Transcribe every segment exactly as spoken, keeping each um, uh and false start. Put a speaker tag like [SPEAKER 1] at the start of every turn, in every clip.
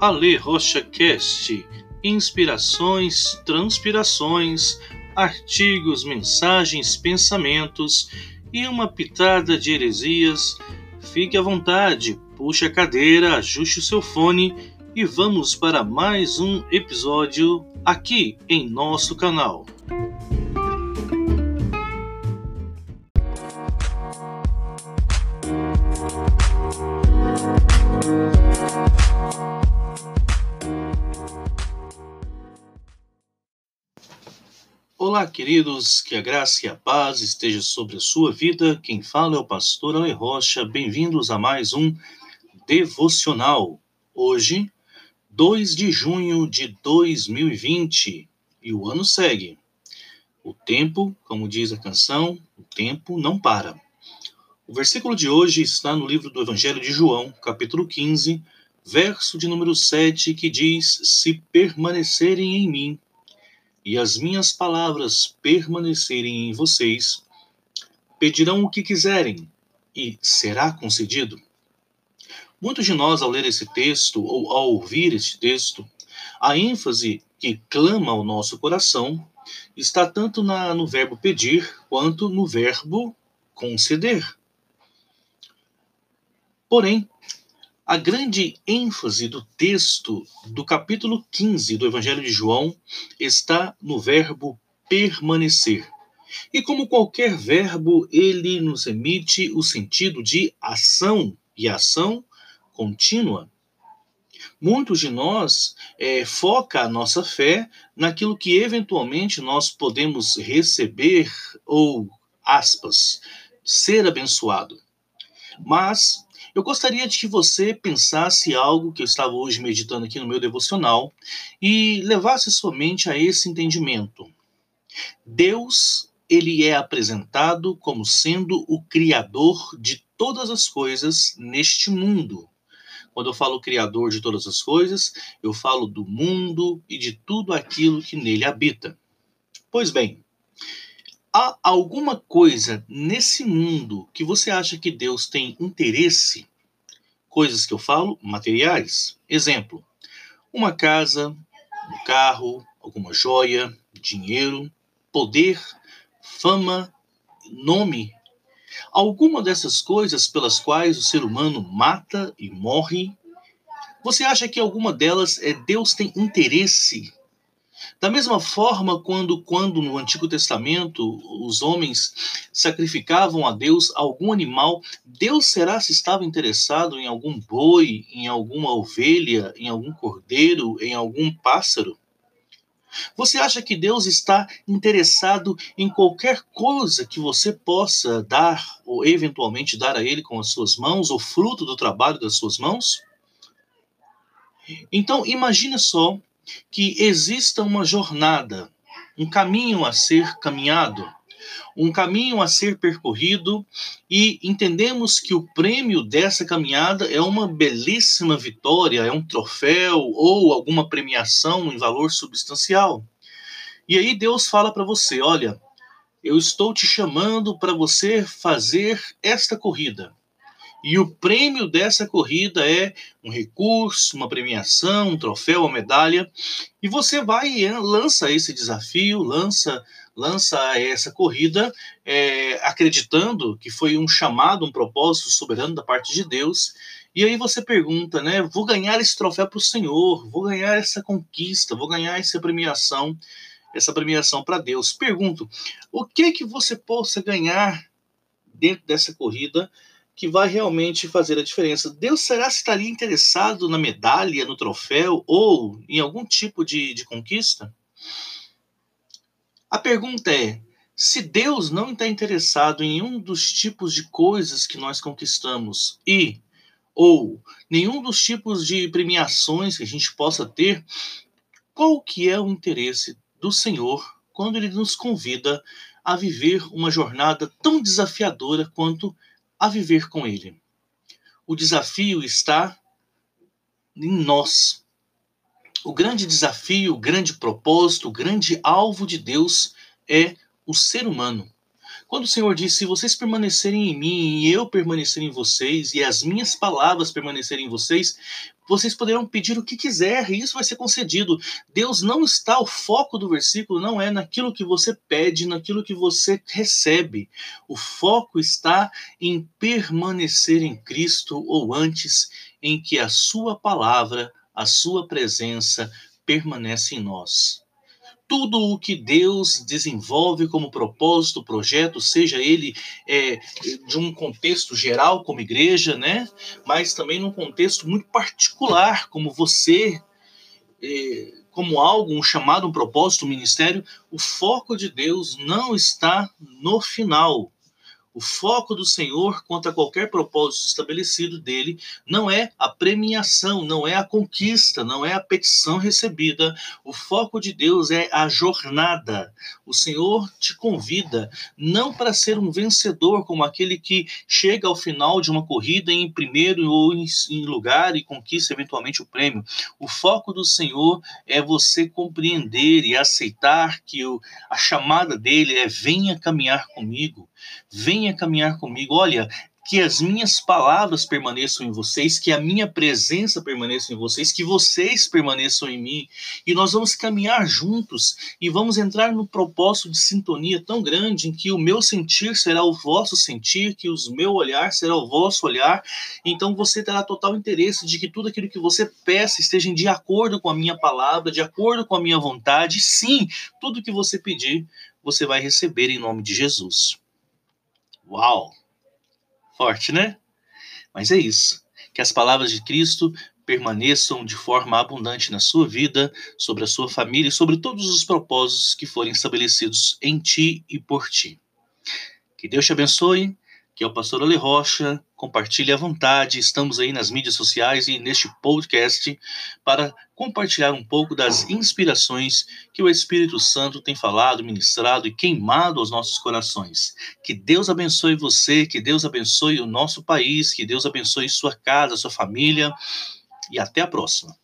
[SPEAKER 1] Ale Rocha Cast, inspirações, transpirações, artigos, mensagens, pensamentos e uma pitada de heresias. Fique à vontade, puxe a cadeira, ajuste o seu fone e vamos para mais um episódio aqui em nosso canal. Olá, queridos, que a graça e a paz esteja sobre a sua vida. Quem fala é o pastor Ale Rocha. Bem-vindos a mais um devocional. Hoje, dois de junho de dois mil e vinte, e o ano segue. O tempo, como diz a canção, o tempo não para. O versículo de hoje está no livro do Evangelho de João, capítulo quinze, verso de número sete, que diz: Se permanecerem em mim, e as minhas palavras permanecerem em vocês, pedirão o que quiserem, e será concedido. Muitos de nós, ao ler esse texto, ou ao ouvir este texto, a ênfase que clama ao nosso coração está tanto na, no verbo pedir, quanto no verbo conceder. Porém, a grande ênfase do texto do capítulo quinze do Evangelho de João está no verbo permanecer. E como qualquer verbo, ele nos emite o sentido de ação, e ação contínua. Muitos de nós é, foca a nossa fé naquilo que eventualmente nós podemos receber ou, aspas, ser abençoado. Mas eu gostaria de que você pensasse algo que eu estava hoje meditando aqui no meu devocional e levasse sua mente a esse entendimento. Deus, ele é apresentado como sendo o Criador de todas as coisas neste mundo. Quando eu falo Criador de todas as coisas, eu falo do mundo e de tudo aquilo que nele habita. Pois bem, há alguma coisa nesse mundo que você acha que Deus tem interesse? Coisas que eu falo, materiais. Exemplo, uma casa, um carro, alguma joia, dinheiro, poder, fama, nome. Alguma dessas coisas pelas quais o ser humano mata e morre, você acha que alguma delas é, Deus tem interesse? Da mesma forma, quando, quando no Antigo Testamento os homens sacrificavam a Deus algum animal, Deus será se estava interessado em algum boi, em alguma ovelha, em algum cordeiro, em algum pássaro? Você acha que Deus está interessado em qualquer coisa que você possa dar, ou eventualmente dar a Ele com as suas mãos, ou fruto do trabalho das suas mãos? Então, imagine só que exista uma jornada, um caminho a ser caminhado, um caminho a ser percorrido, e entendemos que o prêmio dessa caminhada é uma belíssima vitória, é um troféu ou alguma premiação em valor substancial. E aí Deus fala para você: olha, eu estou te chamando para você fazer esta corrida. E o prêmio dessa corrida é um recurso, uma premiação, um troféu, uma medalha. E você vai e lança esse desafio, lança, lança essa corrida, é, acreditando que foi um chamado, um propósito soberano da parte de Deus. E aí você pergunta, né? Vou ganhar esse troféu para o Senhor, vou ganhar essa conquista, vou ganhar essa premiação, essa premiação para Deus. Pergunto, o que que você possa ganhar dentro dessa corrida que vai realmente fazer a diferença? Deus será se estaria interessado na medalha, no troféu ou em algum tipo de, de conquista? A pergunta é: se Deus não está interessado em um dos tipos de coisas que nós conquistamos e ou nenhum dos tipos de premiações que a gente possa ter, qual que é o interesse do Senhor quando Ele nos convida a viver uma jornada tão desafiadora quanto a viver com Ele? O desafio está em nós. O grande desafio, o grande propósito, o grande alvo de Deus é o ser humano. Quando o Senhor diz, se vocês permanecerem em mim e eu permanecer em vocês e as minhas palavras permanecerem em vocês, vocês poderão pedir o que quiser e isso vai ser concedido. Deus não está, o foco do versículo não é naquilo que você pede, naquilo que você recebe. O foco está em permanecer em Cristo, ou antes, em que a sua palavra, a sua presença permanece em nós. Tudo o que Deus desenvolve como propósito, projeto, seja ele é, de um contexto geral como igreja, né? Mas também num contexto muito particular, como você, é, como algo, um chamado, um propósito, um ministério, o foco de Deus não está no final. O foco do Senhor quanto a qualquer propósito estabelecido dele não é a premiação, não é a conquista, não é a petição recebida. O foco de Deus é a jornada. O Senhor te convida não para ser um vencedor como aquele que chega ao final de uma corrida em primeiro ou em lugar e conquista eventualmente o prêmio. O foco do Senhor é você compreender e aceitar que o, a chamada dele é: venha caminhar comigo. Venha caminhar comigo, olha, que as minhas palavras permaneçam em vocês, que a minha presença permaneça em vocês, que vocês permaneçam em mim, e nós vamos caminhar juntos, e vamos entrar no propósito de sintonia tão grande, em que o meu sentir será o vosso sentir, que o meu olhar será o vosso olhar, então você terá total interesse de que tudo aquilo que você peça esteja de acordo com a minha palavra, de acordo com a minha vontade, sim, tudo que você pedir, você vai receber em nome de Jesus. Uau! Forte, né? Mas é isso. Que as palavras de Cristo permaneçam de forma abundante na sua vida, sobre a sua família e sobre todos os propósitos que forem estabelecidos em ti e por ti. Que Deus te abençoe. Que é o pastor Ale Rocha, compartilhe à vontade, estamos aí nas mídias sociais e neste podcast para compartilhar um pouco das inspirações que o Espírito Santo tem falado, ministrado e queimado aos nossos corações. Que Deus abençoe você, que Deus abençoe o nosso país, que Deus abençoe sua casa, sua família e até a próxima.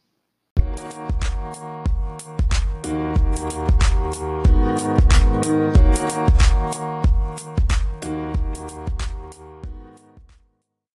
[SPEAKER 1] Música